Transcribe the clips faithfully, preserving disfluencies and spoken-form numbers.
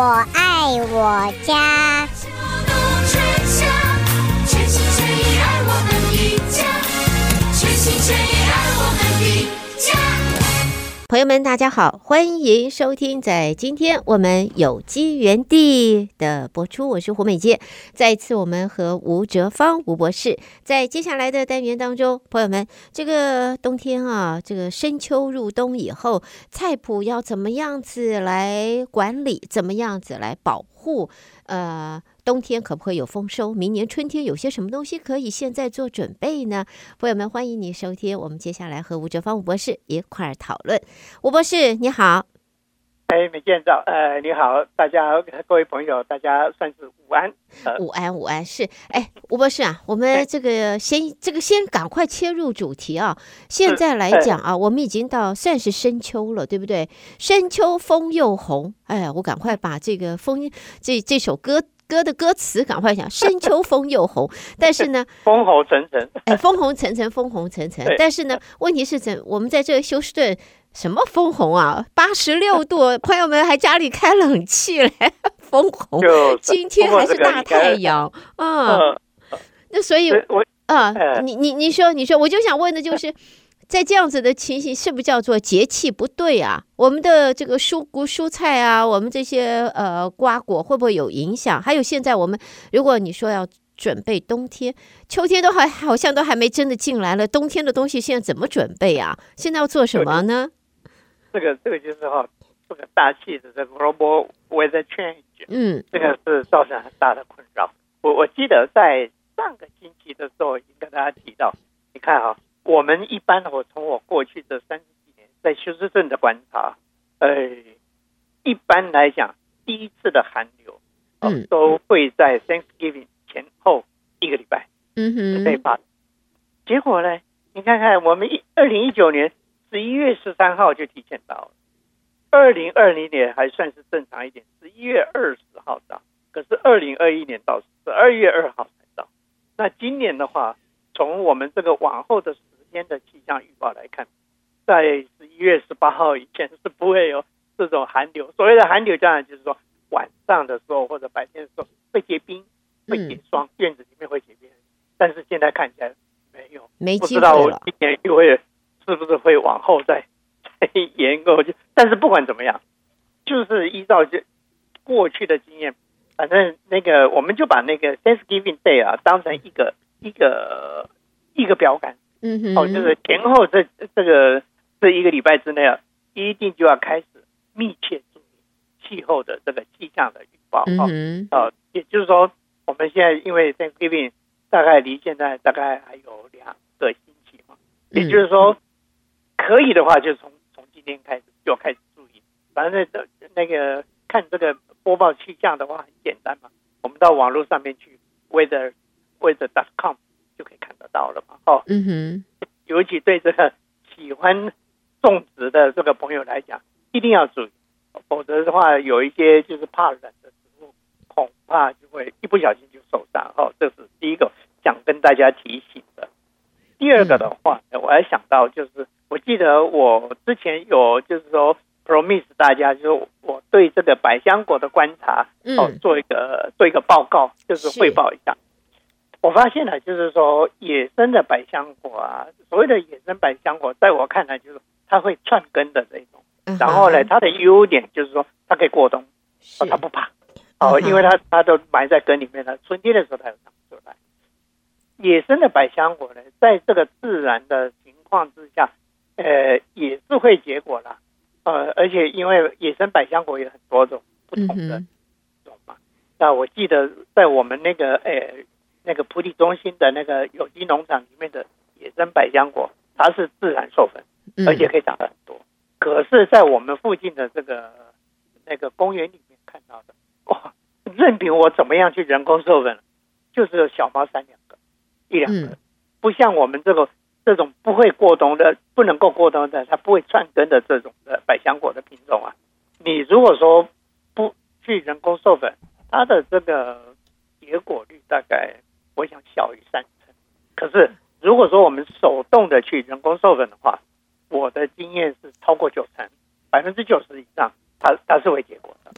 爱我家。全心全意爱我们的家，全心全意爱我们的家。朋友们大家好，欢迎收听在今天我们有机园地的播出，我是胡美洁。再一次我们和吴哲芳吴博士在接下来的单元当中，朋友们，这个冬天啊，这个深秋入冬以后，菜谱要怎么样子来管理，怎么样子来保护，呃冬天可不可以有丰收？明年春天有些什么东西可以现在做准备呢？朋友们，欢迎你收听，我们接下来和吴哲芳吴博士一块儿讨论。吴博士你好。 哎，没见着，呃，你好，大家各位朋友，大家算是午安。呃、 午安，午安是，哎，吴博士啊，我们这个先这个先赶快切入主题啊。现在来讲啊，我们已经到算是深秋了，对不对？深秋风又红，哎，我赶快把这个风这这首歌。歌的歌词赶快讲，深秋风又红，但是呢， 风红沉沉， 哎，风红沉沉，风红沉沉。但是呢，问题是怎？我们在这个休斯顿，什么风红啊？八十六度，朋友们还家里开冷气嘞，风红。今天还是大太阳啊、嗯！那所以啊、呃，你你你说你说，我就想问的就是。在这样子的情形，是不是叫做节气不对啊？我们的这个蔬菇、蔬菜啊，我们这些呃瓜果会不会有影响？还有现在我们，如果你说要准备冬天、秋天，都还好像都还没真的进来了，冬天的东西现在怎么准备啊？现在要做什么呢？ 这个这个就是哈、哦，这个大气的这个 global weather change， 嗯，这个是造成很大的困扰。我我记得在上个星期的时候已经跟大家提到，你看哈、哦。我们一般，我从我过去的三十几年在休斯顿的观察，呃，一般来讲，第一次的寒流，呃、嗯，都会在 Thanksgiving 前后一个礼拜，嗯哼，被发。结果呢，你看看，我们二零一九年十一月十三号就提前到了，二零二零年还算是正常一点，十一月二十号到，可是二零二一年到十二月二号才到。那今年的话，从我们这个往后的天的气象预报来看，在十一月十八号以前是不会有这种寒流。所谓的寒流，当然就是说晚上的时候或者白天的时候会结冰、会结霜，嗯、院子里面会结冰。但是现在看起来没有， 没机会了。 不知道我今年又会是不是会往后再再延过去？但是不管怎么样，就是依照这过去的经验，反正那个我们就把那个 Thanksgiving Day 啊当成一个一个一个标杆。嗯哼，哦，就是前后这这个这一个礼拜之内啊，一定就要开始密切注意气候的这个气象的预报。嗯哼，哦，也就是说，我们现在因为 Thanksgiving 大概离现在大概还有两个星期嘛，也就是说，可以的话就从从今天开始就开始注意。反正那那个看这个播报气象的话很简单嘛，我们到网络上面去 weather weather dot com。就可以看得到了嘛，哦，嗯哼，尤其对这个喜欢种植的这个朋友来讲，一定要注意，否则的话，有一些就是怕冷的植物，恐怕就会一不小心就受伤。哦，这是第一个想跟大家提醒的。第二个的话，我还想到就是，我记得我之前有就是说 promise 大家，就是我对这个百香果的观察，哦，做一个做一个报告，就是汇报一下。我发现了，就是说野生的百香果啊，所谓的野生百香果，在我看来就是它会串根的这种，嗯、然后呢，它的优点就是说它可以过冬，哦，它不怕，哦，嗯、因为它它都埋在根里面了，春天的时候它就长出来。野生的百香果呢，在这个自然的情况之下，呃，也是会结果啦，呃，而且因为野生百香果有很多种不同的种嘛，嗯、那我记得在我们那个呃。那个埔里中心的那个有机农场里面的野生百香果，它是自然授粉，而且可以长得很多。嗯、可是，在我们附近的这个那个公园里面看到的，哇，任凭我怎么样去人工授粉，就是小猫三两个，一两个，嗯、不像我们这个这种不会过冬的、不能够过冬的，它不会串根的这种的百香果的品种啊。你如果说不去人工授粉，它的这个结果率大概。我想小于三成，可是如果说我们手动的去人工授粉的话，我的经验是超过九成，百分之九十以上，它它是会结果的。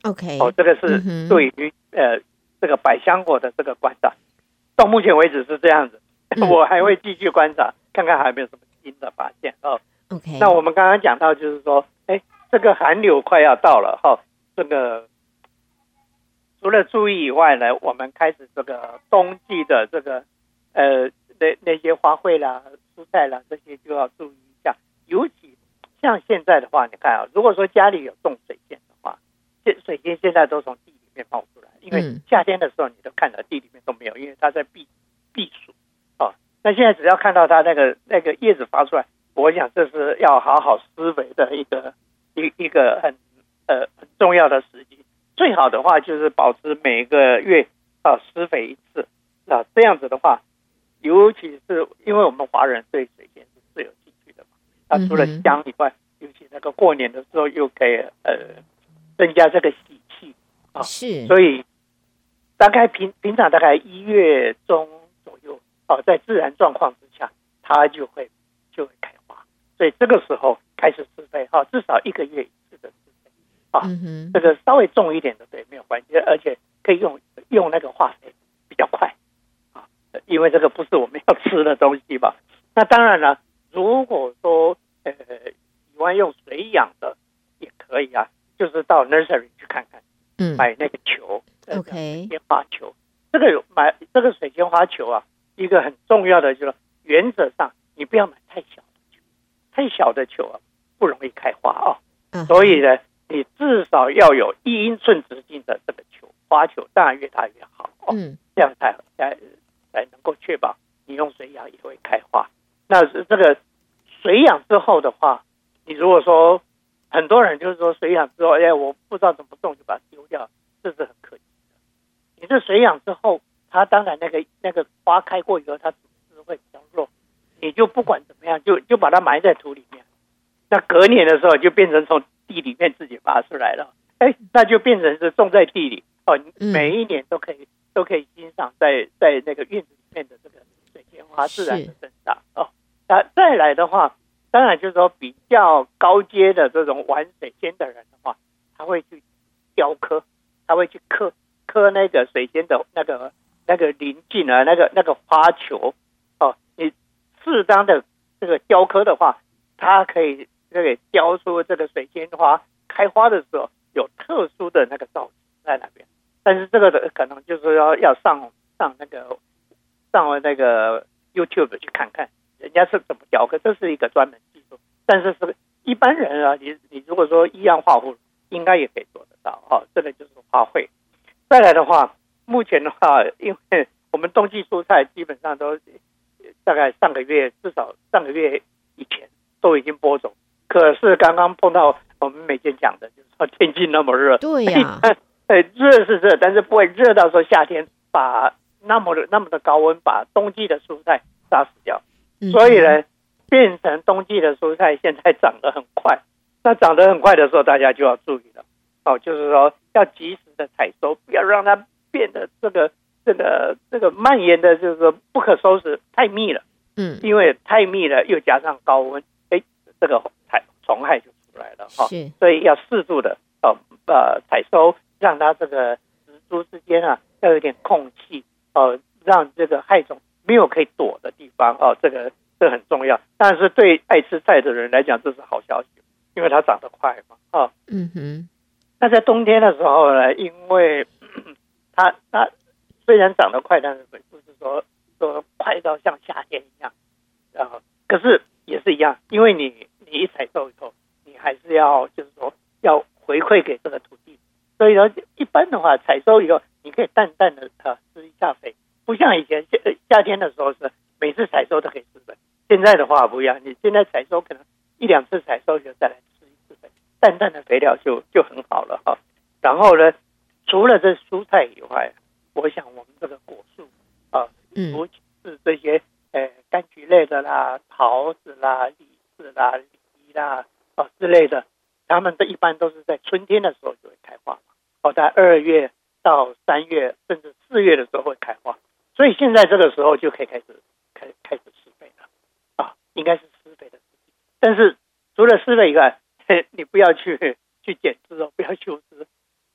OK， 哦，这个是对于、嗯、呃这个百香果的这个观察，到目前为止是这样子，嗯、我还会继续观察，看看还有没有什么新的发现哦。 OK， 那我们刚刚讲到就是说，哎，这个寒流快要到了哈、哦，这个除了注意以外呢，我们开始这个冬季的这个呃那那些花卉啦、蔬菜啦这些就要注意一下，尤其像现在的话，你看啊，如果说家里有种水仙的话，水仙现在都从地里面冒出来，因为夏天的时候你都看到地里面都没有，因为它在避避暑哦。那现在只要看到它那个那个叶子发出来，我想这是要好好施肥的一个一一个很呃很重要的时机。最好的话就是保持每个月啊施肥一次啊，这样子的话，尤其是因为我们华人对水仙是最有兴趣的嘛，啊除了香以外，尤其那个过年的时候又可以呃增加这个喜气啊， 是， 所以大概平平常大概一月中左右哦、啊，在自然状况之下，它就会就会开花，所以这个时候开始施肥哈、啊，至少一个月一次的施肥啊，嗯、这个稍微重一点的对没有关系，而且可以用用那个化肥比较快啊，因为这个不是我们要吃的东西吧。那当然了，如果说呃喜欢用水养的也可以啊，就是到 nursery 去看看，嗯，买那个球 ，OK， 水仙花球。这个有买这个水仙花球啊，一个很重要的就是原则上你不要买太小的球，太小的球啊不容易开花啊、哦。所以呢，你至少要有一英寸直径的这个球，花球当然越大越好哦，嗯，这样才才才能够确保你用水养也会开花。那这个水养之后的话，你如果说很多人就是说水养之后，哎，我不知道怎么种就把它丢掉，这是很可惜的。你这水养之后，它当然那个那个花开过以后，它组织会比较弱，你就不管怎么样，就就把它埋在土里面。那隔年的时候就变成从地里面自己拔出来了，哎，那就变成是种在地里哦，每一年都可以都可以欣赏在在那个院子里面的这个水仙花自然的生长哦。那再来的话，当然就是说比较高阶的这种玩水仙的人的话，他会去雕刻，他会去刻刻那个水仙的那个那个鳞茎啊，那个那个花球哦，你适当的这个雕刻的话，它可以这个雕出这个水仙花开花的时候有特殊的那个造型在那边。但是这个的可能就是要要上上那个上那个 YouTube 去看看人家是怎么雕刻，这是一个专门技术。但是是一般人啊，你你如果说一样画户，应该也可以做得到哦。这个就是花卉。再来的话，目前的话，因为我们冬季蔬菜基本上都大概上个月至少上个月以前都已经播种，可是刚刚碰到我们每天讲的，就是说天气那么热， 对呀、 啊，呃，热是热，但是不会热到说夏天把那么的那么的高温把冬季的蔬菜杀死掉。所以呢，变成冬季的蔬菜现在长得很快，那长得很快的时候，大家就要注意了哦，就是说要及时的采收，不要让它变得这个这个这个蔓延的，就是说不可收拾，太密了。嗯，因为太密了，又加上高温，哎，这个虫害就出来了哈、哦。所以要适度的哦呃采收，让它这个植株之间啊要有点空隙哦，让这个害虫没有可以躲的地方哦，这个这很重要。但是对爱吃菜的人来讲，这是好消息，因为它长得快嘛，哦，嗯哼。那在冬天的时候呢，因为它它虽然长得快，但是不是说说快到像夏天一样，然后可是也是一样，因为你你一采收以后，你还是要就是说要回馈给这个土地，所以呢，一般的话采收以后，你可以淡淡的啊施一下肥。不像以前夏天的时候是每次采收都可以施肥，现在的话不一样，你现在采收可能一两次采收就再来施一次肥，淡淡的肥料就就很好了哈。然后呢，除了这蔬菜以外，我想我们这个果树啊，尤其是这些呃柑橘类的啦、桃子啦、李子啦、梨啦啊之类的，它们都一般都是在春天的时候就会开花嘛，哦，在二月到三月甚至四月的时候会开花。所以现在这个时候就可以开始开开始施肥了啊，应该是施肥的时机。但是除了施肥以外，你不要去去剪枝哦，不要修枝啊，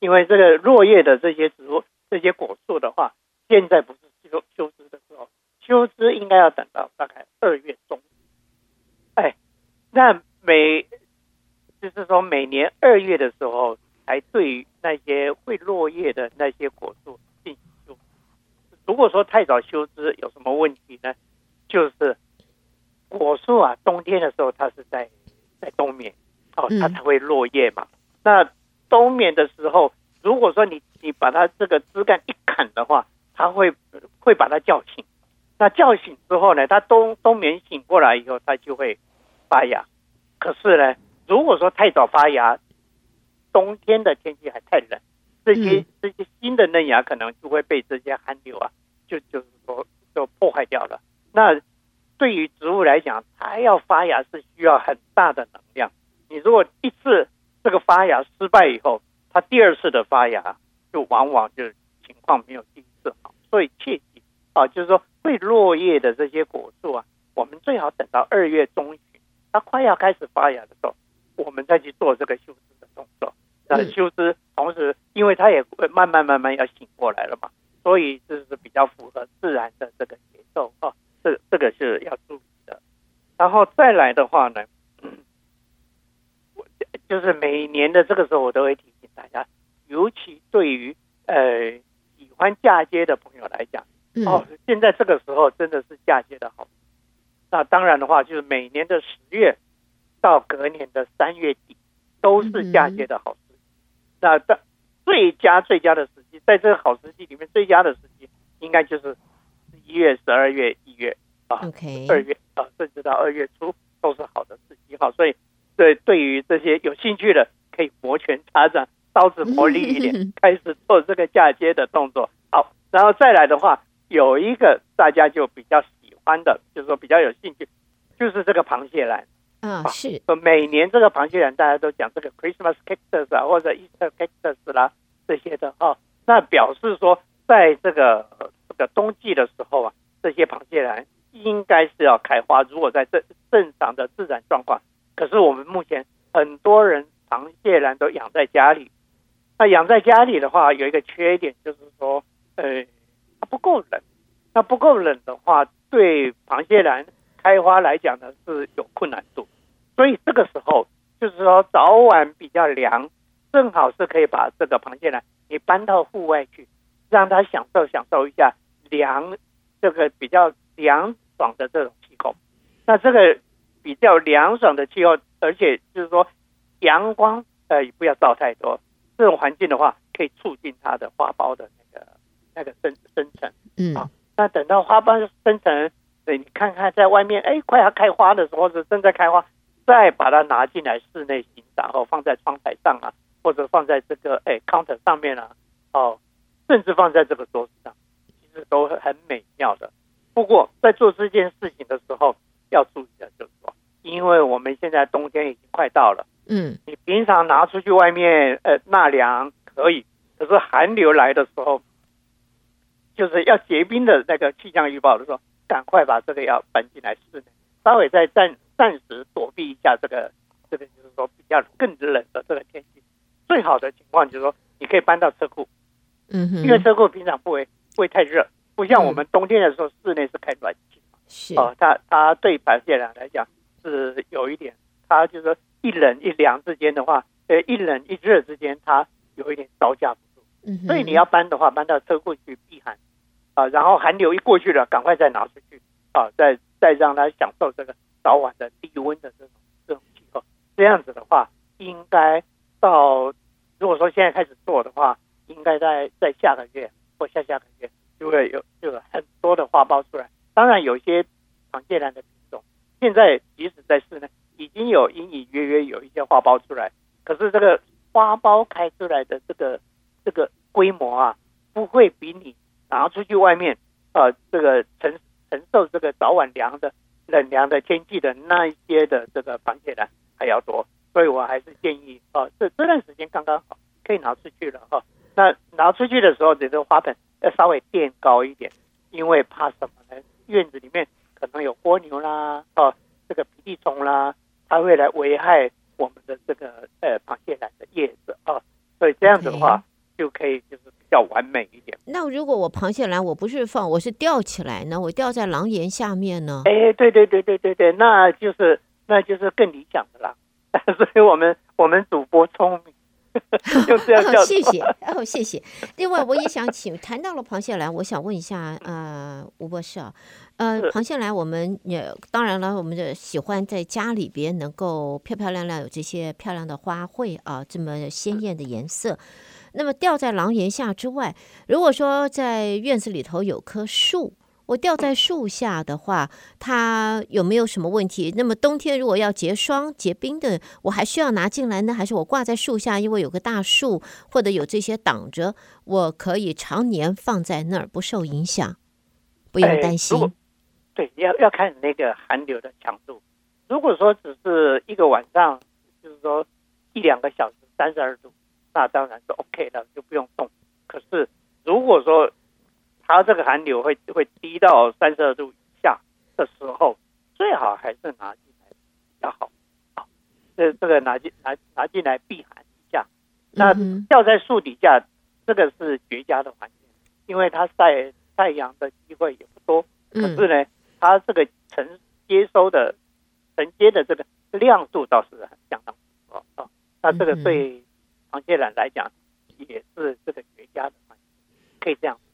因为这个落叶的这些植物、这些果树的话，现在不是修修枝的时候，修枝应该要等到大概二月中。哎，那每就是说每年二月的时候，才对于那些会落叶的那些果树进行修枝。如果说太早修枝有什么问题呢？就是果树啊，冬天的时候它是在在冬眠，哦，它才会落叶嘛。嗯、那冬眠的时候，如果说你你把它这个枝干一砍的话，它会会把它叫醒。那叫醒之后呢，它冬冬眠醒过来以后，它就会发芽。可是呢，如果说太早发芽，冬天的天气还太冷，这些这些新的嫩芽可能就会被这些寒流啊，就就是说就破坏掉了。那对于植物来讲，它要发芽是需要很大的能量。你如果一次这个发芽失败以后，它第二次的发芽就往往就情况没有第一次好。所以切记啊，就是说会落叶的这些果树啊，我们最好等到二月中旬，它快要开始发芽的时候，我们再去做这个修枝的动作。那修枝同时，因为它也慢慢慢慢要醒过来了嘛，所以这是比较符合自然的这个节奏啊。这这个是要注意的。然后再来的话呢，嗯、就是每年的这个时候，我都会提醒大家，尤其对于呃喜欢嫁接的朋友来讲，哦，现在这个时候真的是嫁接的好。那当然的话，就是每年的十月到隔年的三月底，都是嫁接的好时机。嗯、那最佳最佳的时机，在这个好时机里面，最佳的时机应该就是一月、十二月、一月啊，二月啊，甚至到二月初都是好的时机。好，所以对对于这些有兴趣的，可以摩拳擦掌，刀子磨利一点，开始做这个嫁接的动作。好，然后再来的话，有一个大家就比较喜欢的，就是说比较有兴趣，就是这个螃蟹兰。 啊，是。 每年这个螃蟹兰大家都讲这个 Christmas cactus 啊，或者 Easter cactus 啦这些的哦，那表示说在这个这个冬季的时候啊，这些螃蟹兰应该是要开花。如果在正正常的自然状况，可是我们目前很多人螃蟹兰都养在家里。那养在家里的话，有一个缺点就是说，呃，它不够冷。那不够冷的话，对螃蟹兰开花来讲呢是有困难度。所以这个时候就是说早晚比较凉，正好是可以把这个螃蟹兰你搬到户外去，让它享受享受一下凉，这个比较凉爽的这种气候。那这个比较凉爽的气候，而且就是说阳光呃不要照太多，这种环境的话，可以促进它的花苞的那个那个生生成。嗯，啊，那等到花苞生成，对，你看看在外面，哎，快要开花的时候，或者正在开花，再把它拿进来室内欣赏，或放在窗台上啊，或者放在这个哎 counter 上面啊，哦，甚至放在这个桌子上，其实都很美妙的。不过在做这件事情的时候，要注意的就是说，因为我们现在冬天已经快到了，嗯，你平常拿出去外面呃纳凉可以，可是寒流来的时候，就是要结冰的那个气象预报的时候，赶快把这个要搬进来室内，稍微再暂暂时躲避一下这个这个就是说比较更冷的这个天气。最好的情况就是说，你可以搬到车库，嗯哼，因为车库平常不会不会太热，不像我们冬天的时候室内是开暖气嘛，是哦，它它对螃蟹兰来讲是有一点，它就是说一冷一凉之间的话，呃一冷一热之间，它有一点招架不住，嗯，所以你要搬的话，搬到车库去避寒。啊，然后寒流一过去了，赶快再拿出去啊，再再让它享受这个早晚的低温的这种这种气候。这样子的话，应该到如果说现在开始做的话，应该在在下个月或下下个月就会有就有很多的花苞出来。当然，有些螃蟹兰的品种，现在即使在室内已经有隐隐约约有一些花苞出来，可是这个花苞开出来的这个这个规模啊，不会比你拿出去外面，呃，这个承承受这个早晚凉的冷凉的天气的那一些的这个螃蟹兰还要多，所以我还是建议，哦、呃，这这段时间刚刚好可以拿出去了哈、哦。那拿出去的时候，这个花盆要稍微垫高一点，因为怕什么呢？院子里面可能有蜗牛啦，哦，这个鼻涕虫啦，它会来危害我们的这个呃螃蟹兰的叶子啊、哦，所以这样子的话。Okay. 就可以就是比较完美一点。 那如果我螃蟹篮我不是放，我是吊起来呢？我吊在廊檐下面呢？ 哎，对对对对对对，那就是那就是更理想的啦。所以我们我们主播聪明。就这样哦，谢谢哦，谢谢。另外，我也想请谈到了螃蟹篮，我想问一下，呃，吴博士啊，呃，螃蟹篮我们也当然了，我们的喜欢在家里边能够漂漂亮亮，有这些漂亮的花卉啊，这么鲜艳的颜色。那么吊在廊檐下之外，如果说在院子里头有棵树，我吊在树下的话，它有没有什么问题？那么冬天如果要结霜结冰的，我还需要拿进来呢，还是我挂在树下，因为有个大树或者有这些挡着，我可以常年放在那儿不受影响，不用担心。 哎、对，要要看那个寒流的强度。如果说只是一个晚上，就是说一两个小时三十二度，那当然是 OK 的，就不用动。可是如果说它这个寒流会会低到三十二度以下的时候，最好还是拿进来比较好。好，这这个拿进拿拿进来避寒一下。那吊在树底下，这个是绝佳的环境，因为它晒太阳的机会也不多。可是呢，它这个承接收的承接的这个亮度倒是很相当不错啊。那这个对螃蟹篮来讲也是这个绝佳的环境，可以这样。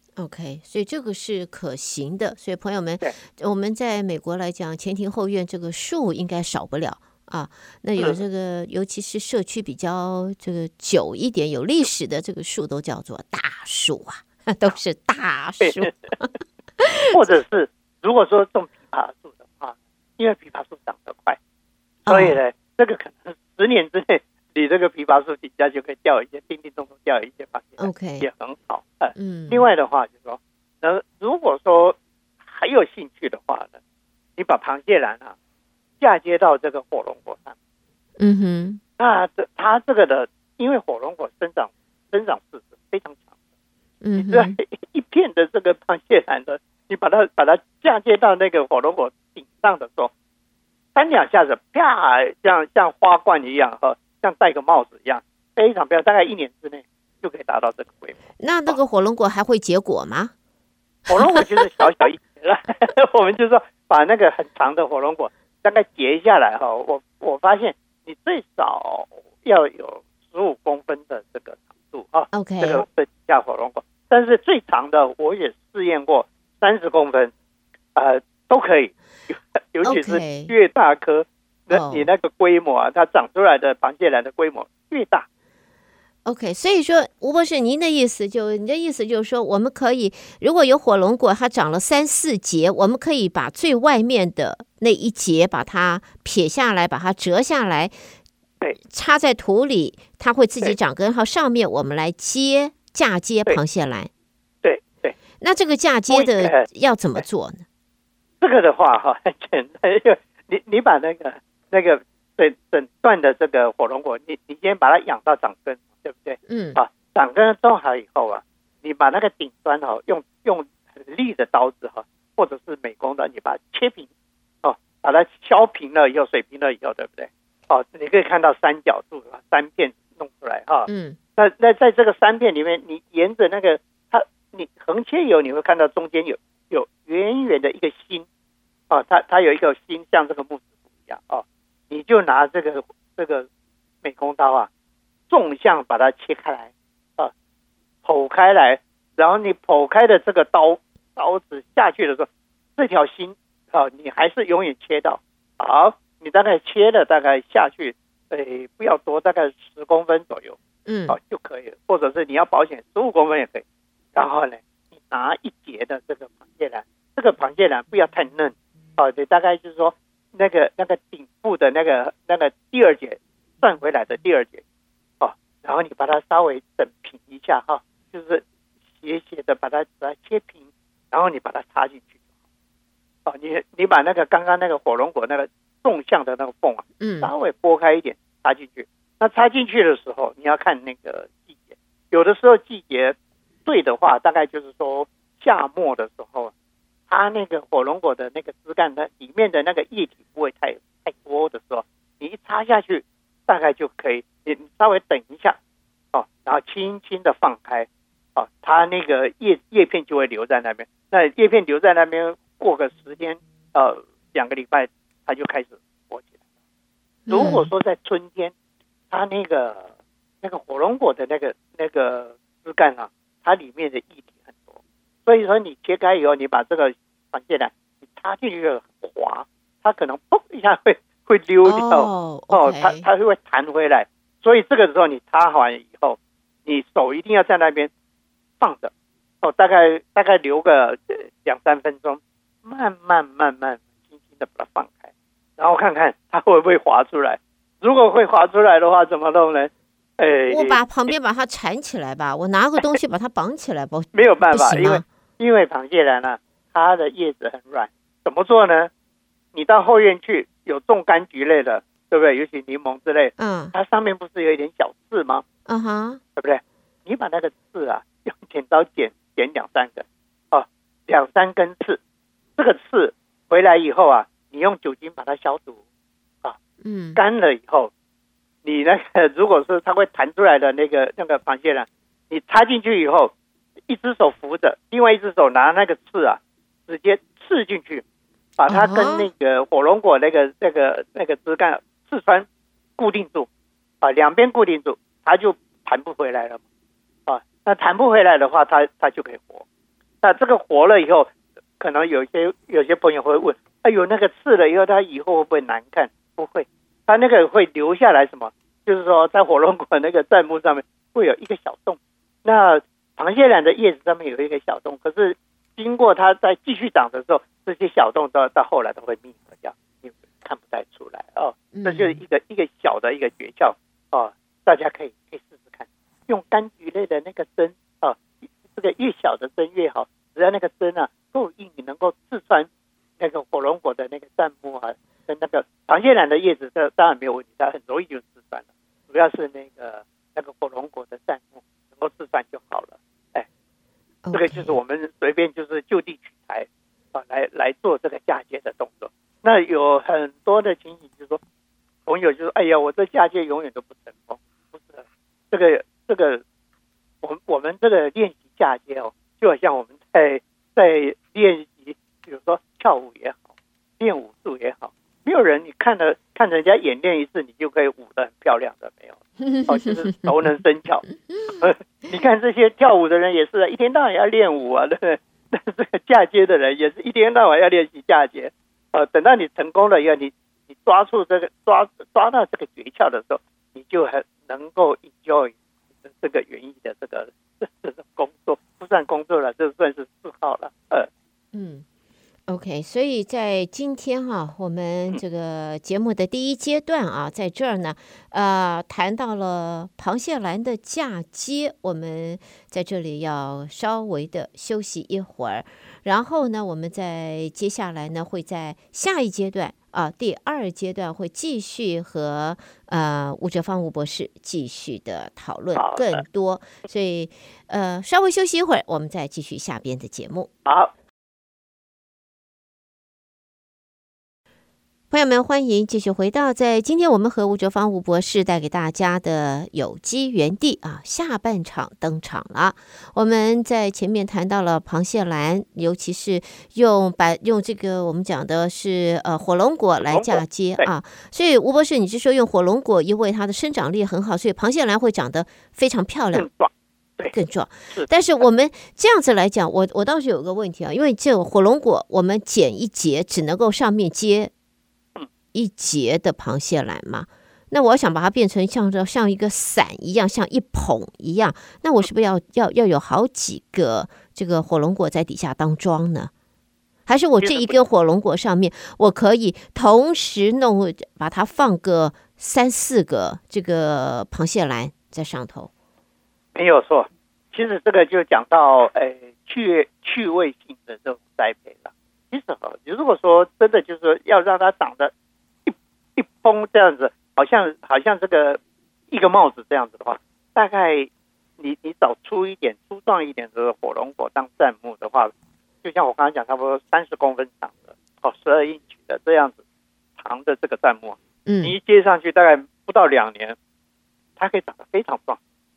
OK， 所以这个是可行的。所以朋友们，我们在美国来讲，前庭后院这个树应该少不了啊。那有这个，尤其是社区比较这个久一点、有历史的这个树，都叫做大树啊，都是大树。 或者是如果说种枇杷树的话，因为枇杷树长得快，所以呢，哦、这个可能十年之内，你这个枇杷树底下就可以钓一些叮叮咚咚钓一些螃蟹 ，OK， 也很好。呃、嗯，另外的话就是说，那如果说还有兴趣的话呢，你把螃蟹篮啊嫁接到这个火龙果上， 嗯哼， 那这它这个的，因为火龙果生长生长势是非常强的，嗯，你这一片的这个螃蟹篮的，你把它把它嫁接到那个火龙果顶上的时候，三两下子啪，像像花冠一样哈，像戴个帽子一样，非常漂亮，大概一年之内就可以达到这个规模。 那那个火龙果还会结果吗？ 火龙果就是小小一节了，我们就说把那个很长的火龙果大概截下来哈，我我发现你最少要有十五公分的这个长度啊。 OK， 这个是下火龙果，但是最长的我也试验过三十公分，呃，都可以，尤其是越大颗，那、okay. 你那个规模啊，它长出来的螃蟹篮的规模越大。 OK， 所以说吴博士，您的意思就你的意思就是说，我们可以如果有火龙果，它长了三四节，我们可以把最外面的那一节把它撇下来，把它折下来， 对， 插在土里，它会自己长根，然后上面我们来接嫁接螃蟹篮。 对 对, 对， 那这个嫁接的要怎么做呢？ 这个的话哈很简单，因为你你把那个那个整整段的这个火龙果，你你先把它养到长根。对不对？嗯，啊，长根种好以后啊，你把那个顶端哦，用用很利的刀子哈，或者是美工刀，你把它切平，哦，把它削平了以后，水平了以后，对不对？哦，你可以看到三角柱三片弄出来哈。嗯，那那在这个三片里面，你沿着那个它，你横切以后，你会看到中间有有圆圆的一个心，哦，它它有一个心，像这个木质部一样哦，你就拿这个这个美工刀啊。纵向把它切开来，啊，剖开来，然后你剖开的这个刀刀子下去的时候，这条心啊，你还是永远切到。好，你大概切了大概下去，诶，不要多，大概十公分左右，嗯，好就可以了。或者是你要保险，十五公分也可以。然后呢，你拿一节的这个螃蟹篮，这个螃蟹篮不要太嫩，啊，你大概就是说那个那个顶部的那个那个第二节转回来的第二节。然后你把它稍微整平一下哈，就是斜斜的把它把它切平，然后你把它插进去。哦，你你把那个刚刚那个火龙果那个纵向的那个缝啊，嗯，稍微拨开一点插进去。那插进去的时候，你要看那个季节，有的时候季节对的话，大概就是说夏末的时候，它那个火龙果的那个枝干，它里面的那个液体不会太太多的时候，你一插下去，大概就可以。你稍微等一下，哦，然后轻轻的放开，啊，它那个叶叶片就会留在那边。那叶片留在那边，过个十天，呃，两个礼拜，它就开始活起来。如果说在春天，它那个那个火龙果的那个那个枝干啊，它里面的液体很多，所以说你切开以后，你把这个螃蟹卵你插进去很滑，它可能砰一下会会溜掉， 哦， 哦，它它会弹回来。所以这个时候你插完以后，你手一定要在那边放着，哦，大概大概留个两三分钟，慢慢慢慢轻轻的把它放开，然后看看它会不会滑出来。如果会滑出来的话，怎么弄呢？哎， 我把旁边把它缠起来吧，我拿个东西把它绑起来吧。 没有办法，因为因为螃蟹卵呢，它的叶子很软，怎么做呢？你到后院去，有种柑橘类的，对不对？尤其柠檬之类， 嗯， 它上面不是有一点小刺吗？ 嗯哼， 对不对？你把那个刺啊，用剪刀剪剪两三根，哦，两三根刺，这个刺回来以后啊，你用酒精把它消毒，啊，嗯，干了以后，你那个如果是它会弹出来的那个那个螃蟹卵，你插进去以后，一只手扶着，另外一只手拿那个刺啊，直接刺进去，把它跟那个火龙果那个那个那个枝干刺穿，固定住，啊，两边固定住，它就弹不回来了嘛，啊，那弹不回来的话，它它就可以活。那这个活了以后，可能有些有些朋友会问，哎呦，那个刺了以后，它以后会不会难看？不会，它那个会留下来什么？就是说，在火龙果那个砧木上面会有一个小洞，那螃蟹卵的叶子上面有一个小洞，可是经过它在继续长的时候，这些小洞到到后来都会密合掉，你看不太出来哦。这就是一个一个小的一个诀窍哦，大家可以可以试试看，用柑橘类的那个针哦，这个越小的针越好，只要那个针啊够硬，你能够刺穿那个火龙果的那个砧木啊，跟那个螃蟹卵的叶子，这当然没有问题，它很容易就刺穿了。主要是那个那个火龙果的砧木能够刺穿就好了。哎， okay. 这个就是我们随便就是就地取材啊，来来做这个嫁接的动作。那有很多的情形就是说，朋友就说：“哎呀，我这嫁接永远都不成功。”不是，这个这个，我们我们这个练习嫁接哦，就好像我们在在练习，比如说跳舞也好，练武术也好，没有人你看了看人家演练一次，你就可以舞得很漂亮的，没有。哦，就是熟能生巧。呃，你看这些跳舞的人也是，一天到晚要练舞啊，对不对？那这个嫁接的人也是一天到晚要练习嫁接。呃，等到你成功了以后，你你抓住这个抓抓到这个诀窍的时候，你就很能够 enjoy 这个园艺的这个这种工作，不算工作了，这算是嗜好了。呃， 嗯。OK， 所以在今天哈、啊，我们这个节目的第一阶段啊，在这儿呢，呃，谈到了螃蟹卵的嫁接，我们在这里要稍微的休息一会儿，然后呢，我们在接下来呢，会在下一阶段啊，第二阶段会继续和呃吴哲芳吴博士继续的讨论更多，所以呃，稍微休息一会儿，我们再继续下边的节目。 好。 朋友们，欢迎继续回到在今天我们和吴哲芳吴博士带给大家的有机园地啊，下半场登场了。我们在前面谈到了螃蟹卵，尤其是用把用这个我们讲的是呃火龙果来嫁接啊，所以吴博士你是说用火龙果，因为它的生长力很好，所以螃蟹卵会长得非常漂亮。更壮，但是我们这样子来讲，我我倒是有个问题啊，因为这个火龙果我们剪一节只能够上面接一节的螃蟹卵嘛，那我想把它变成像像一个伞一样，像一捧一样，那我是不是要要要有好几个这个火龙果在底下当桩呢？还是我这一根火龙果上面，我可以同时弄把它放个三四个这个螃蟹卵在上头？ 没有错，其实这个就讲到呃趣趣味性的这种栽培了。其实哈，如果说真的就是说要让它长得一一蓬这样子，好像好像这个一个帽子这样子的话，大概你你找粗一点、粗壮一点的火龙果当砧木的话，就像我刚才讲，差不多三十公分长的哦，十二英尺的这样子长的这个砧木，嗯，你一接上去大概不到两年，它可以长得非常壮。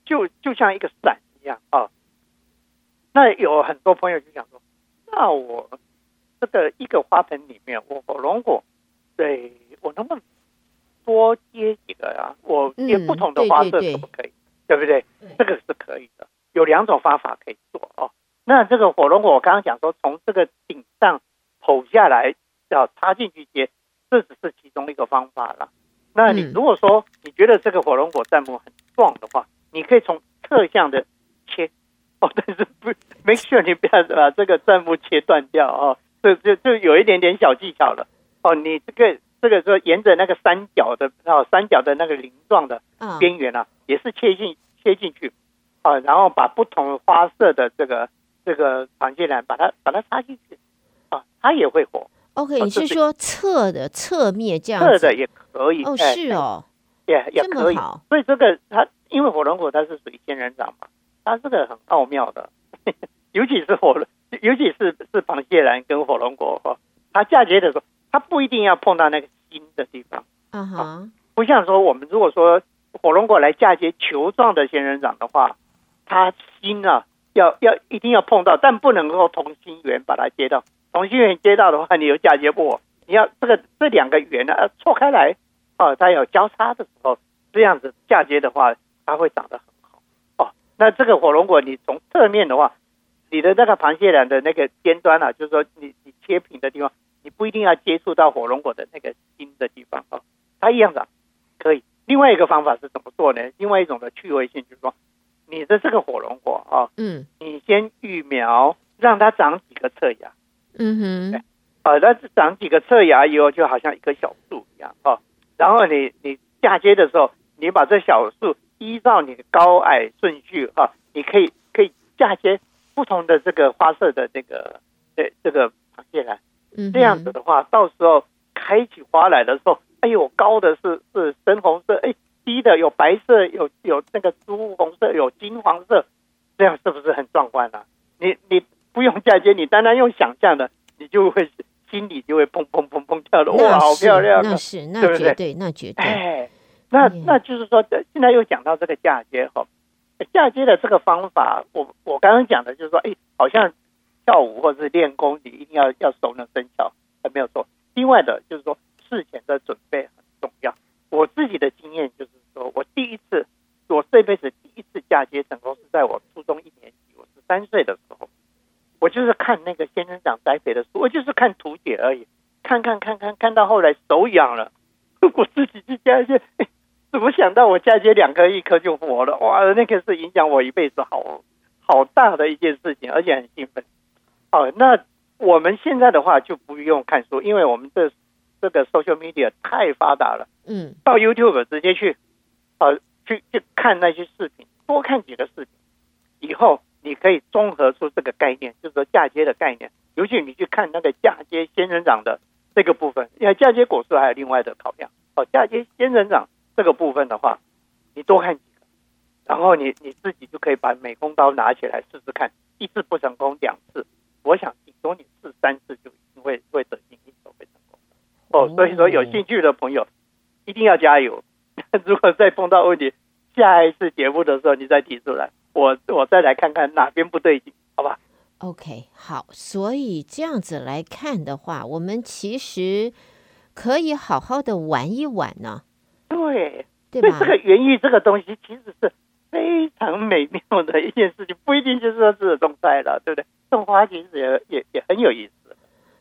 就就像一个伞一样啊。那有很多朋友就想说，那我这个一个花盆里面，我火龙果，对我能不能多接几个啊？我接不同的花色可不可以？嗯、对, 对, 对, 对不对？这个是可以的，有两种方法可以做哦。那这个火龙果，我刚刚讲说，从这个顶上剖下来，要插进去接，这只是其中一个方法啦。那你如果说你觉得这个火龙果砧木很壮的话，你可以从侧向的切。哦，但是不 make sure 你不要把这个砧木切断掉哦，这就就有一点点小技巧了哦。你这个这个说沿着那个三角的哦三角的那个鳞状的边缘啊，嗯、也是切进切进去啊，然后把不同花色的这个这个螃蟹兰把它把它插进去啊，它也会活。 OK， 你是说侧的侧面这样子？ 侧的也可以哦， 是哦， 也也可以。所以这个它因为火龙果它是属于仙人掌嘛。它这个很奥妙的，尤其是火，尤其是是螃蟹兰跟火龙果哈，它嫁接的时候，它不一定要碰到那个心的地方，嗯哼、uh huh. 啊，不像说我们如果说火龙果来嫁接球状的仙人掌的话，它心啊要要一定要碰到，但不能够同心圆把它接到，同心圆接到的话，你又嫁接不活，你要这个这两个圆呢、啊、错开来，哦、啊，它有交叉的时候，这样子嫁接的话，它会长得很。那这个火龙果，你从侧面的话，你的那个螃蟹兰的那个尖端啊，就是说你你切平的地方，你不一定要接触到火龙果的那个心的地方哦，它一样长可以。另外一个方法是怎么做呢？另外一种的趣味性就是说，你的这个火龙果啊，嗯，你先育苗，让它长几个侧芽，嗯哼，啊，那长几个侧芽以后，就好像一棵小树一样哦。然后你你嫁接的时候，你把这小树。依照你的高矮顺序啊，你可以可以嫁接不同的这个花色的这个这这个螃蟹兰，嗯、这样子的话，到时候开起花来的时候，哎呦，高的是是深红色，哎，低的有白色，有有那个朱红色，有金黄色，这样是不是很壮观啊？你你不用嫁接，你单单用想象的，你就会心里就会砰砰砰砰跳的，哇，好漂亮、啊！ 那是那绝对，对那绝对。 哎那那就是说，现在又讲到这个嫁接哈，嫁接的这个方法，我我刚刚讲的就是说，哎，好像跳舞或者是练功，你一定要要熟能生巧，还没有错。另外的就是说，事前的准备很重要。我自己的经验就是说，我第一次，我这辈子第一次嫁接成功是在我初中一年级，我十三岁的时候，我就是看那个仙人掌栽培的书，我就是看图解而已，看看看看看到后来手痒了，我自己去嫁接。怎么想到我嫁接两颗一颗就活了？哇，那个是影响我一辈子好好大的一件事情，而且很兴奋。好，那我们现在的话就不用看书，因为我们这这个 social media 太发达了。嗯，到 YouTube 直接去，呃，去去看那些视频，多看几个视频，以后你可以综合出这个概念，就是说嫁接的概念。尤其你去看那个嫁接仙人掌的这个部分，因为嫁接果树还有另外的考量。哦，嫁接仙人掌。这个部分的话，你多看几个，然后你你自己就可以把美工刀拿起来试试看，一次不成功，两次，我想顶多你试三次就一定会会得心应手，会成功。哦，所以说有兴趣的朋友一定要加油。如果再碰到问题，下一次节目的时候你再提出来，我我再来看看哪边不对劲，好吧 ？OK， 好，所以这样子来看的话，我们其实可以好好的玩一玩呢。 对，对吧？所以这个园艺这个东西其实是非常美妙的一件事情，不一定就是说只有种菜了，对不对？种花其实也也也很有意思。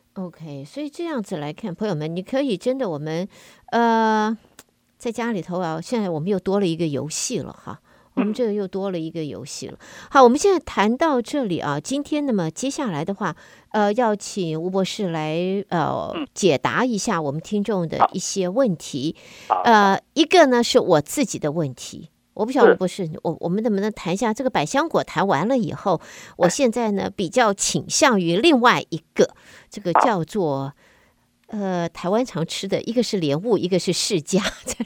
OK， 所以这样子来看，朋友们，你可以真的我们呃在家里头啊，现在我们又多了一个游戏了哈。我们这个又多了一个游戏了。好，我们现在谈到这里啊，今天那么接下来的话，呃，要请吴博士来呃解答一下我们听众的一些问题。呃，一个呢是我自己的问题，我不晓得吴博士，我我们能不能谈一下这个百香果？谈完了以后，我现在呢比较倾向于另外一个，这个叫做。呃，台湾常吃的一个是莲雾，一个是释迦，这两个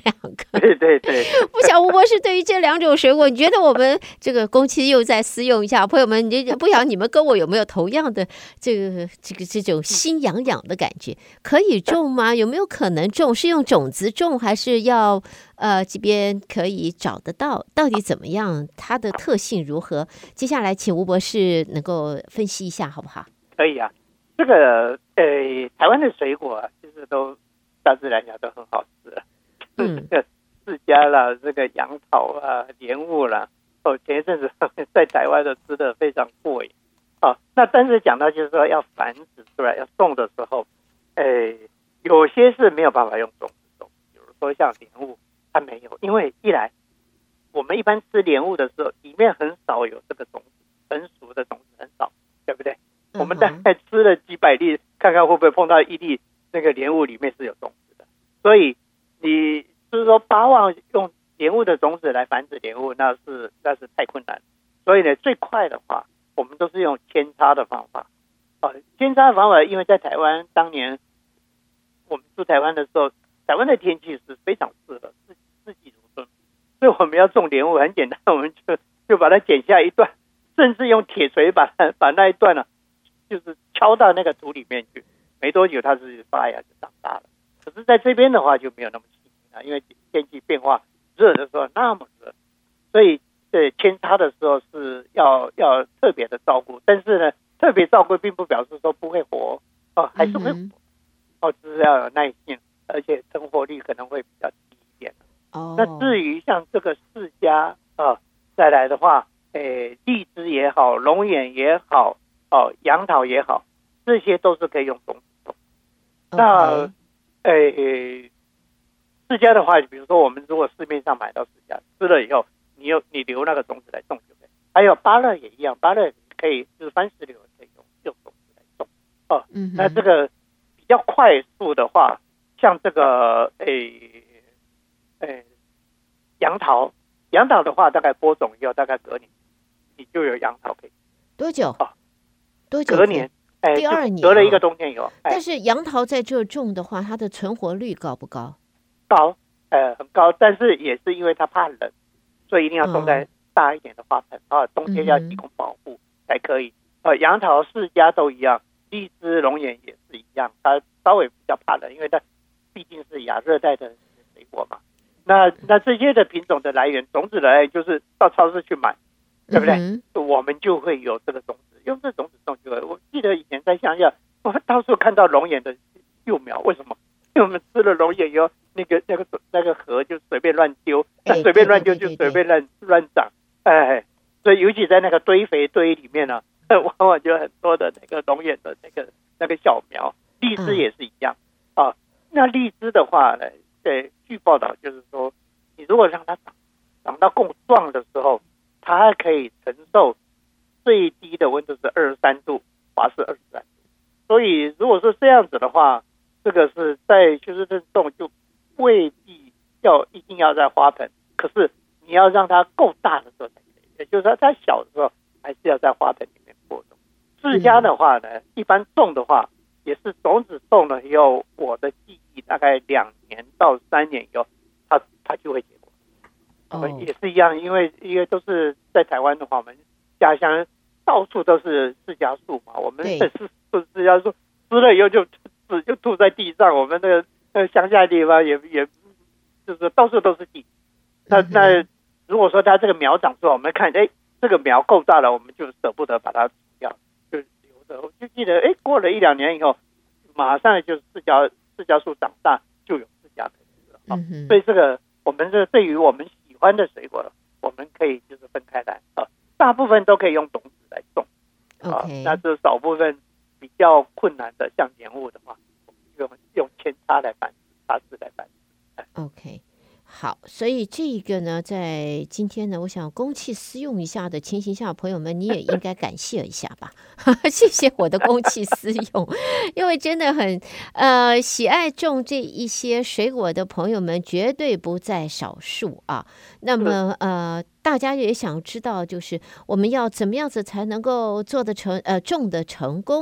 对对对。 不晓吴博士对于这两种水果，你觉得我们这个公器又再私用一下，朋友们，你不晓得你们跟我有没有同样的这个这个这种心痒痒的感觉？可以种吗？有没有可能种？是用种子种，还是要呃这边可以找得到？到底怎么样？它的特性如何？接下来请吴博士能够分析一下，好不好？ 可以啊，这个呃，台湾的水果啊，其实都大自然讲都很好吃啊。嗯，这个释迦啦，这个杨桃啊，莲雾啦，哦，前一阵子在台湾的吃的非常过瘾。哦，那但是讲到就是说要繁殖出来，要种的时候，呃，有些是没有办法用种子种，比如说像莲雾，它没有，因为一来我们一般吃莲雾的时候，里面很少有这个种子，成熟的种子很少，对不对？我们大概吃了几百粒，看看会不会碰到一粒那个莲雾里面是有种子的。所以你就是说巴望用莲雾的种子来繁殖莲雾，那是那是太困难。所以呢，最快的话，我们都是用扦插的方法。啊，扦插的方法，因为在台湾当年我们住台湾的时候，台湾的天气是非常适合四四季如春，所以我们要种莲雾很简单，我们就就把它剪下一段，甚至用铁锤把它把那一段呢、啊。就是敲到那个土里面去，没多久它是发芽就长大了。可是在这边的话就没有那么幸运了，因为天气变化热的时候那么热，所以对扦插的时候是要要特别的照顾。但是呢，特别照顾并不表示说不会活哦，还是会活、嗯、哦，只是要有耐性，而且成活率可能会比较低一点。哦，那至于像这个释迦啊，再来的话，诶，荔枝也好，龙眼也好。哦，杨桃也好，这些都是可以用种子种。Okay. 那，诶，释迦的话，比如说我们如果市面上买到释迦，吃了以后，你有你留那个种子来种就可以。还有芭乐也一样，芭乐可以就是番石榴可以用用种子来种。哦，嗯、那这个比较快速的话，像这个诶诶杨桃，杨桃的话大概播种以后，大概隔年你就有杨桃可以。 多久？哦。多久？ 隔年，哎， 第二年隔了一个冬天以后。哎、 但是杨桃在这种的话，它的存活率高不高？ 高，呃，很高。但是也是因为它怕冷，所以一定要种在大一点的花盆啊、嗯，冬天要提供保护才可以。呃，杨桃、释迦都一样，荔枝、龙眼也是一样，它稍微比较怕冷，因为它毕竟是亚热带的水果嘛。那那这些的品种的来源，种子的来源就是到超市去买，对不对？嗯、我们就会有这个种子。用这种子种就会，我记得以前在乡下，我到处看到龙眼的幼苗，为什么？因为我们吃了龙眼以后，那个那个那个核就随便乱丢，那随便乱丢就随便乱乱长，哎，所以尤其在那个堆肥堆里面呢、啊，往往就很多的那个龙眼的那个那个小苗，荔枝也是一样、嗯、啊。那荔枝的话呢，对，据报道就是说，你如果让它长长到够壮的时候，它还可以承受。最低的温度是二十三度，华氏二十三度，所以如果说这样子的话，这个是在休斯顿种就未必要一定要在花盆，可是你要让它够大的时候才可以，也就是说它小的时候还是要在花盆里面播种。释迦的话呢，一般种的话也是种子种了以后，我的记忆大概两年到三年以后，它它就会结果。哦，也是一样，因为因为都是在台湾的话，我们家乡。到处都是释迦树嘛，我们是是释迦树，吃了以后就籽就吐在地上。我们那个那个乡下地方也也就是到处都是地。那那如果说它这个苗长出来，我们看哎这个苗够大了，我们就舍不得把它除掉，就留着。我就记得哎过了一两年以后，马上就是释迦释迦树长大就有释迦可以吃了。嗯、所以这个我们这对于我们喜欢的水果，我们可以就是分开来啊。大部分都可以用种子来种，啊， okay. 那这少部分比较困难的，像莲雾的话，用用扦插来繁殖，插枝来繁殖。 OK， 好，所以这个呢，在今天呢，我想公器私用一下的情形下，朋友们你也应该感谢一下吧，谢谢我的公器私用，因为真的很呃喜爱种这一些水果的朋友们绝对不在少数啊。那么呃。大家也想知道，就是我们要怎么样子才能够做得成，呃，种得成功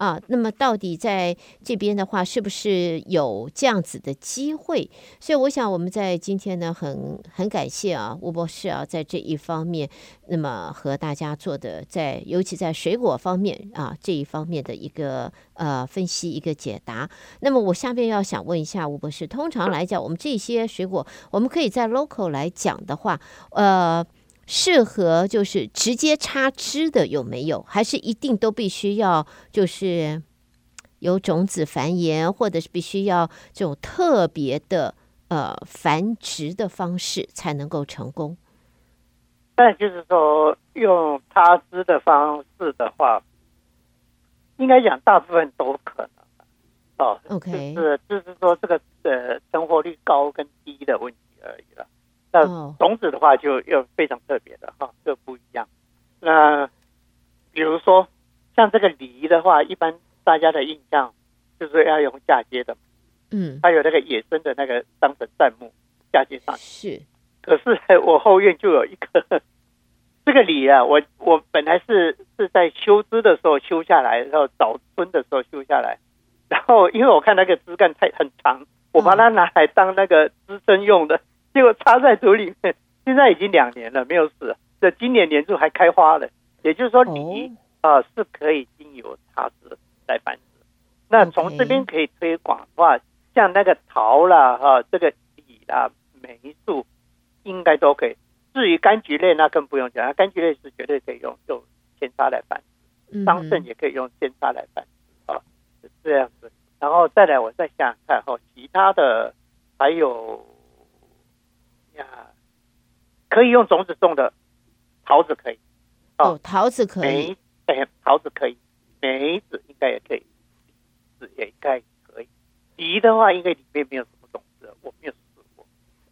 啊，那么到底在这边的话，是不是有这样子的机会？所以我想我们在今天呢，很很感谢啊，吴博士啊，在这一方面，那么和大家做的在，尤其在水果方面啊这一方面的一个呃分析，一个解答。那么我下面要想问一下吴博士，通常来讲，我们这些水果，我们可以在 local 来讲的话，呃。适合就是直接插枝的有没有？还是一定都必须要就是有种子繁衍，或者是必须要这种特别的呃繁殖的方式才能够成功？ 但就是说用插枝的方式的话，应该讲大部分都可能哦。 OK， 就是就是说这个呃成活率高跟低的问题而已了。那种子的话就又非常特别的哈，这不一样。那比如说像这个梨的话，一般大家的印象就是要用嫁接的，嗯，它有那个野生的那个当成砧木嫁接上去。是，可是我后院就有一个这个梨啊，我我本来是是在修枝的时候修下来，然后早春的时候修下来，然后因为我看那个枝干太很长，我把它拿来当那个支撑用的。结果插在土里面，现在已经两年了，没有死。这今年年初还开花了，也就是说梨啊、呃、是可以经由插枝来繁殖。那从这边可以推广的话，像那个桃啦、哈、啊、这个李啦、梅树，应该都可以。至于柑橘类，那更不用讲，柑橘类是绝对可以用用扦插来繁殖，桑葚也可以用扦插来繁殖啊，是这样子。然后再来，我再想想看哈，其他的还有。呀，可以用种子种的桃子可以， 哦，哦桃子可以， 哎，桃子可以，梅子应该也可以，梨也应该可以。梨的话，应该里面没有什么种子，我没有试过。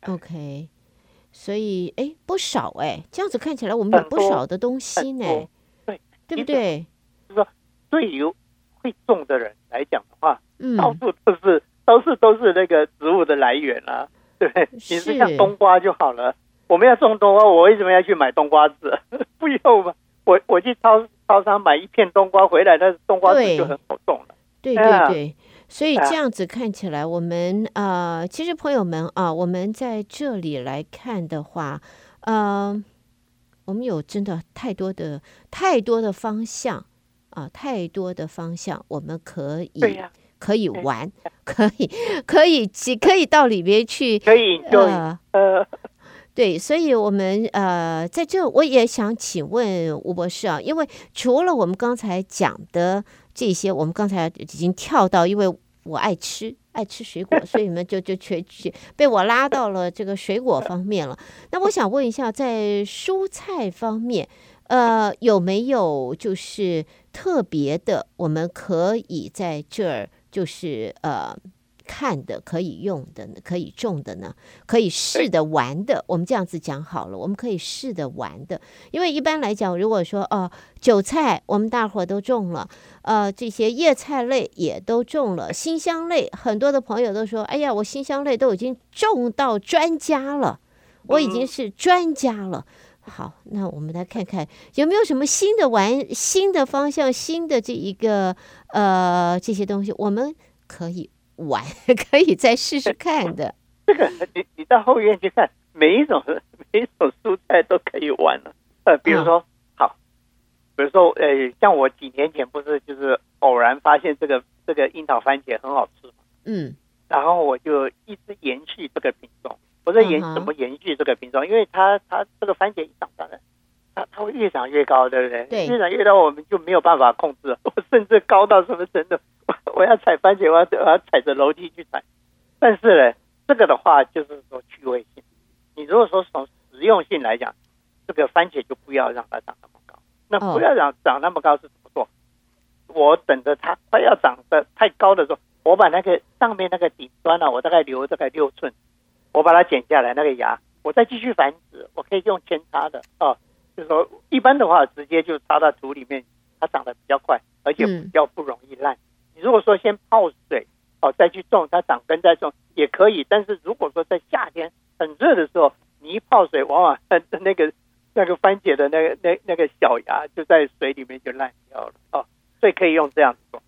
OK， 所以哎不少哎，这样子看起来我们有不少的东西呢， 对， 对不对？ 就是说，对于会种的人来讲的话，嗯，到处都是都是都是那个植物的来源啊。对，你是像冬瓜就好了。我们要种冬瓜，我为什么要去买冬瓜籽？不用嘛，我我去超超商买一片冬瓜回来，那冬瓜籽就很好种了。 对对对，对所以这样子看起来，我们呃，其实朋友们啊，我们在这里来看的话，呃，我们有真的太多的太多的方向啊，太多的方向，我们可以。对呀。可以玩，可以，可以，可以到里面去， 可以，呃，呃， 对，所以我们呃，在这我也想请问吴博士啊，因为除了我们刚才讲的这些，我们刚才已经跳到，因为我爱吃，爱吃水果，所以你们就就全去被我拉到了这个水果方面了。那我想问一下，在蔬菜方面，呃，有没有就是特别的，我们可以在这儿。就是呃看的可以用的可以种的呢，可以试的玩的，我们这样子讲好了，我们可以试的玩的。因为一般来讲，如果说哦、呃、韭菜我们大伙都种了，呃这些叶菜类也都种了，辛香类很多的朋友都说，哎呀我辛香类都已经种到专家了，我已经是专家了。好，那我们来看看有没有什么新的玩、新的方向、新的这一个呃这些东西，我们可以玩，可以再试试看的。 这个你你到后院去看，每一种每一种蔬菜都可以玩了。呃，比如说、哦、好，比如说呃，像我几年前不是就是偶然发现这个这个樱桃番茄很好吃嘛，嗯，然后我就一直延续这个品种。我在延怎么延续这个品种？因为它它这个番茄一长大了，它它会越长越高，对不对？对，越长越高，我们就没有办法控制。我甚至高到什么程度？我我要采番茄，我要我要踩着楼梯去采。但是呢，这个的话就是说趣味性。你如果说从实用性来讲，这个番茄就不要让它长那么高。那不要长长那么高是怎么做？我等着它快要长得太高的时候，我把那个上面那个顶端啊，我大概留大概六寸。我把它剪下来，那个芽，我再继续繁殖，我可以用扦插的啊，就是说一般的话，直接就插到土里面，它长得比较快，而且比较不容易烂。嗯、你如果说先泡水哦，再去种，它长根再种也可以。但是如果说在夏天很热的时候，你一泡水，往往那个那个番茄的那个那那个小芽就在水里面就烂掉了哦，所以可以用这样子做。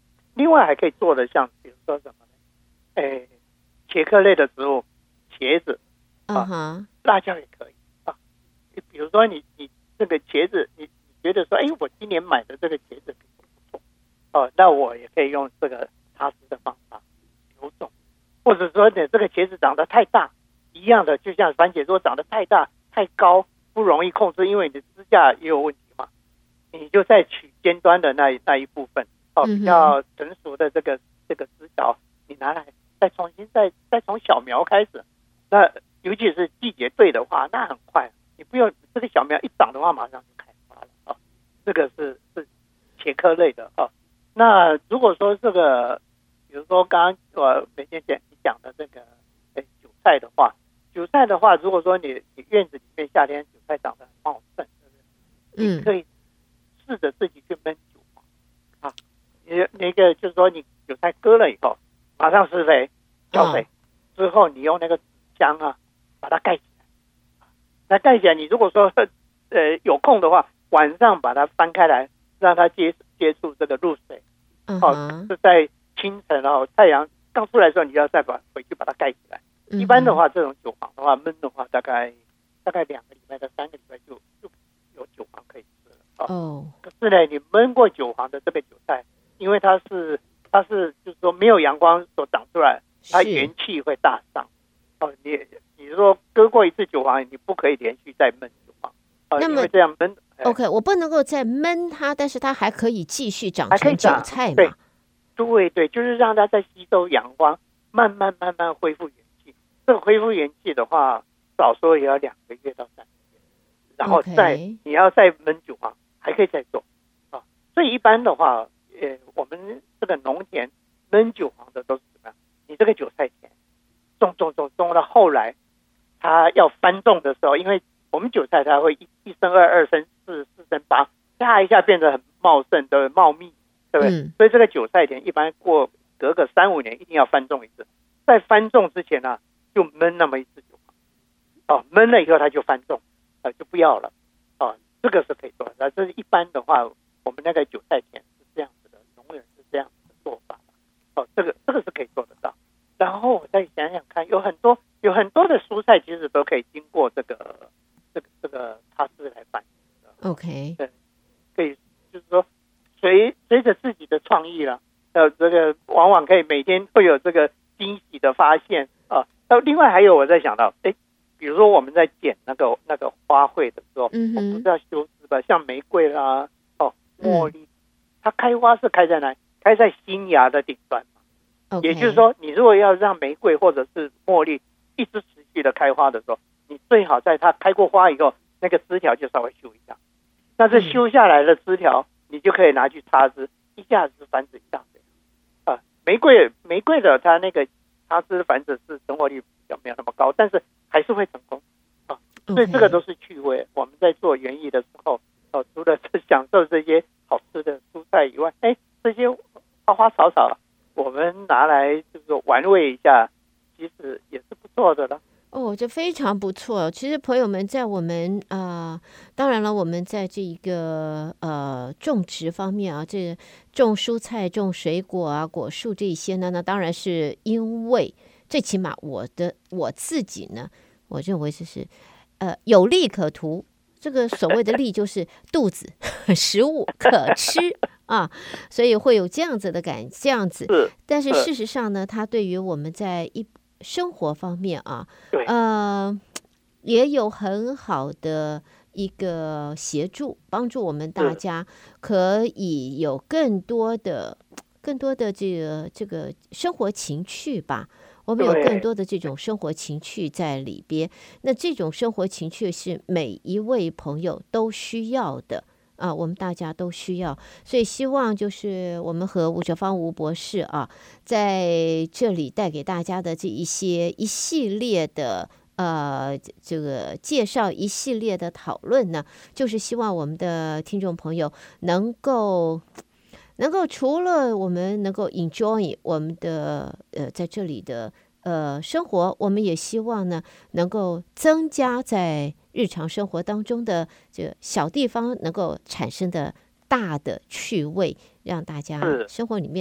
另外还可以做的像比如说什么呢？哎，茄科类的植物，茄子啊， uh-huh. 辣椒也可以啊。比如说你你这个茄子，你你觉得说，哎，我今年买的这个茄子不错哦，那我也可以用这个擦丝的方法留种，或者说你这个茄子长得太大，一样的，就像番茄，如果长得太大太高，不容易控制，因为你的支架也有问题嘛，你就再取尖端的那那一部分哦，比较成熟的这个这个枝条，你拿来再重新再再从小苗开始，那尤其是季节对的话，那很快，你不用这个小苗一长的话，马上就开花了啊、哦。这个是是茄科类的啊、哦。那如果说这个，比如说刚刚我每天讲你讲的这个诶韭菜的话，韭菜的话，如果说你你院子里面夏天韭菜长得很茂盛，对不对？嗯，你可以试着自己去焖韭黄啊。你那个就是说你韭菜割了以后，马上施肥浇水、嗯，之后你用那个纸箱啊把它盖起来。那盖起来，你如果说呃有空的话，晚上把它翻开来，让它接接触这个露水。嗯、哦，是在清晨哦，太阳刚出来的时候，你要再把回去把它盖起来。嗯、一般的话，这种韭黄的话，焖的话，大概大概两个礼拜到三个礼拜就就有韭黄可以吃了。哦，哦可是呢，你焖过韭黄的这个韭菜，因为它是它是就是说没有阳光所长出来，它元气会大伤。哦，你你说割过一次韭黄，你不可以连续再焖韭黄。哦，因为这样焖。 OK， 我不能够再焖它，但是它还可以继续长成韭菜嘛？ 对，对对，就是让它再吸收阳光，慢慢慢慢恢复元气。这个恢复元气的话，少说也要两个月到三个月，然后再、okay. 你要再焖韭黄，还可以再做啊。所以一般的话，呃，我们这个农田焖韭黄的都是怎么样？你这个韭菜田种种种种到后来，它要翻种的时候，因为我们韭菜它会一一升二，二升四，四升八，啪一下变得很茂盛的茂密，对不对、嗯？所以这个韭菜田一般过隔个三五年一定要翻种一次。在翻种之前呢、啊，就焖那么一次韭黄，哦，焖了以后它就翻种，呃，就不要了，哦，这个是可以做的。这是一般的话，我们那个韭菜田是这样子的，农人是这样子的做法的，哦，这个这个是可以做得到。然后我再想想看，有很多有很多的蔬菜其实都可以经过这个。这个这个它是来反映的 ，OK， 对，可以就是说随随着自己的创意啦，呃，这个往往可以每天会有这个惊喜的发现啊。那另外还有我在想到，哎，比如说我们在剪那个那个花卉的时候，嗯、我们不是要修枝吧？像玫瑰啦，哦，茉莉、嗯，它开花是开在哪？开在新芽的顶端嘛。Okay. 也就是说，你如果要让玫瑰或者是茉莉一直持续的开花的时候，你最好在它开过花以后，那个枝条就稍微修一下。那这修下来的枝条，你就可以拿去插枝，一下子繁殖一大堆。啊，玫瑰玫瑰的它那个插枝繁殖是成活率比较没有那么高，但是还是会成功啊。所以这个都是趣味。我们在做园艺的时候，哦，除了是享受这些好吃的蔬菜以外，哎，这些花花草草，我们拿来就是玩味一下，其实也是不错的了。 哦，这非常不错。其实朋友们，在我们啊、呃，当然了，我们在这一个呃种植方面啊，这种蔬菜、种水果啊、果树这些呢，那当然是因为最起码我的我自己呢，我认为就是呃有利可图。这个所谓的利就是肚子食物可吃啊，所以会有这样子的感这样子。但是事实上呢，它对于我们在一生活方面啊，呃，也有很好的一个协助，帮助我们大家可以有更多的、更多的这个这个生活情趣吧。我们有更多的这种生活情趣在里边，那这种生活情趣是每一位朋友都需要的。啊，我们大家都需要，所以希望就是我们和吴哲芳吴博士啊，在这里带给大家的这一些一系列的呃这个介绍，一系列的讨论呢，就是希望我们的听众朋友能够能够除了我们能够 enjoy 我们的呃在这里的呃生活，我们也希望呢能够增加在日常生活当中的这个小地方能够产生的大的趣味，让大家生活里面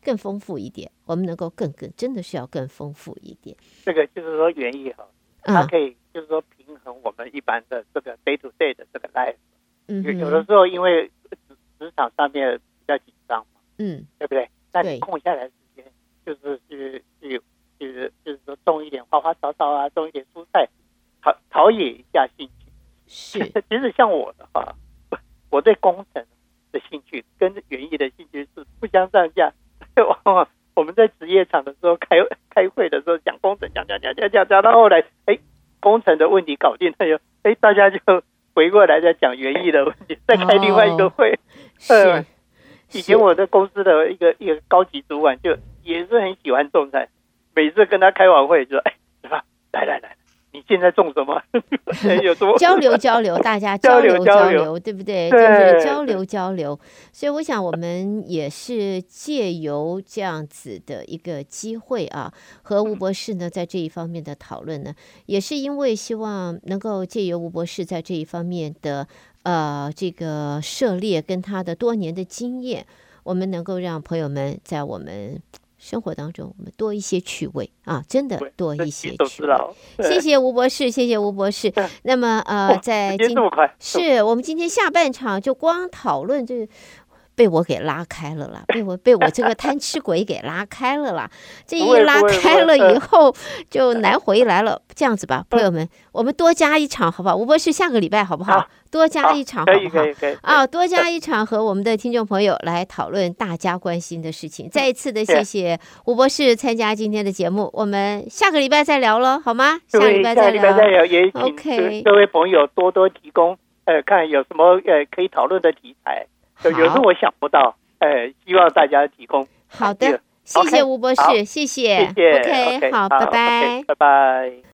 更丰富一点，我们能够更更真的是要更丰富一点。 这个就是说园艺哈，它可以就是说平衡我们一般的这个 day to day 的这个 life。嗯，有有的时候因为职场上面比较紧张嘛，嗯，对不对？那你空下来的时间，就是去去就是就是说种一点花花草草啊，种一点蔬菜，陶陶冶一下心情。 是， 其实像我的话，我对工程的兴趣跟园艺的兴趣是不相上下。往往我们在职业场的时候开开会的时候讲工程，讲讲讲讲讲讲到后来，哎，工程的问题搞定了，哎，大家就回过来再讲园艺的问题，再开另外一个会。 哦、 呃，以前我在公司的一个一个高级主管就也是很喜欢种菜，每次跟他开完会就说，哎，是吧？来来来。你现在种什么？有多交流交流，大家交流交流，对不对？就是交流交流。所以我想，我们也是借由这样子的一个机会啊，和吴博士呢在这一方面的讨论呢，也是因为希望能够借由吴博士在这一方面的呃这个涉猎跟他的多年的经验，我们能够让朋友们在我们生活当中，我们多一些趣味啊，真的多一些趣味。谢谢吴博士，谢谢吴博士。那么呃，在今是我们今天下半场就光讨论这。被我给拉开了啦，被我被我这个贪吃鬼给拉开了啦。这一拉开了以后就难回来了。这样子吧，朋友们，我们多加一场好不好？吴博士下个礼拜好不好？多加一场好不好？啊，多加一场和我们的听众朋友来讨论大家关心的事情。再一次的谢谢吴博士参加今天的节目，我们下个礼拜再聊了，好吗？下个礼拜再聊。 也请各位朋友多多提供，呃，看有什么呃可以讨论的题材。有有时候我想不到，呃，希望大家提供。 好的，谢谢吴博士，谢谢， 谢谢 ，OK， 好，拜拜， 拜拜。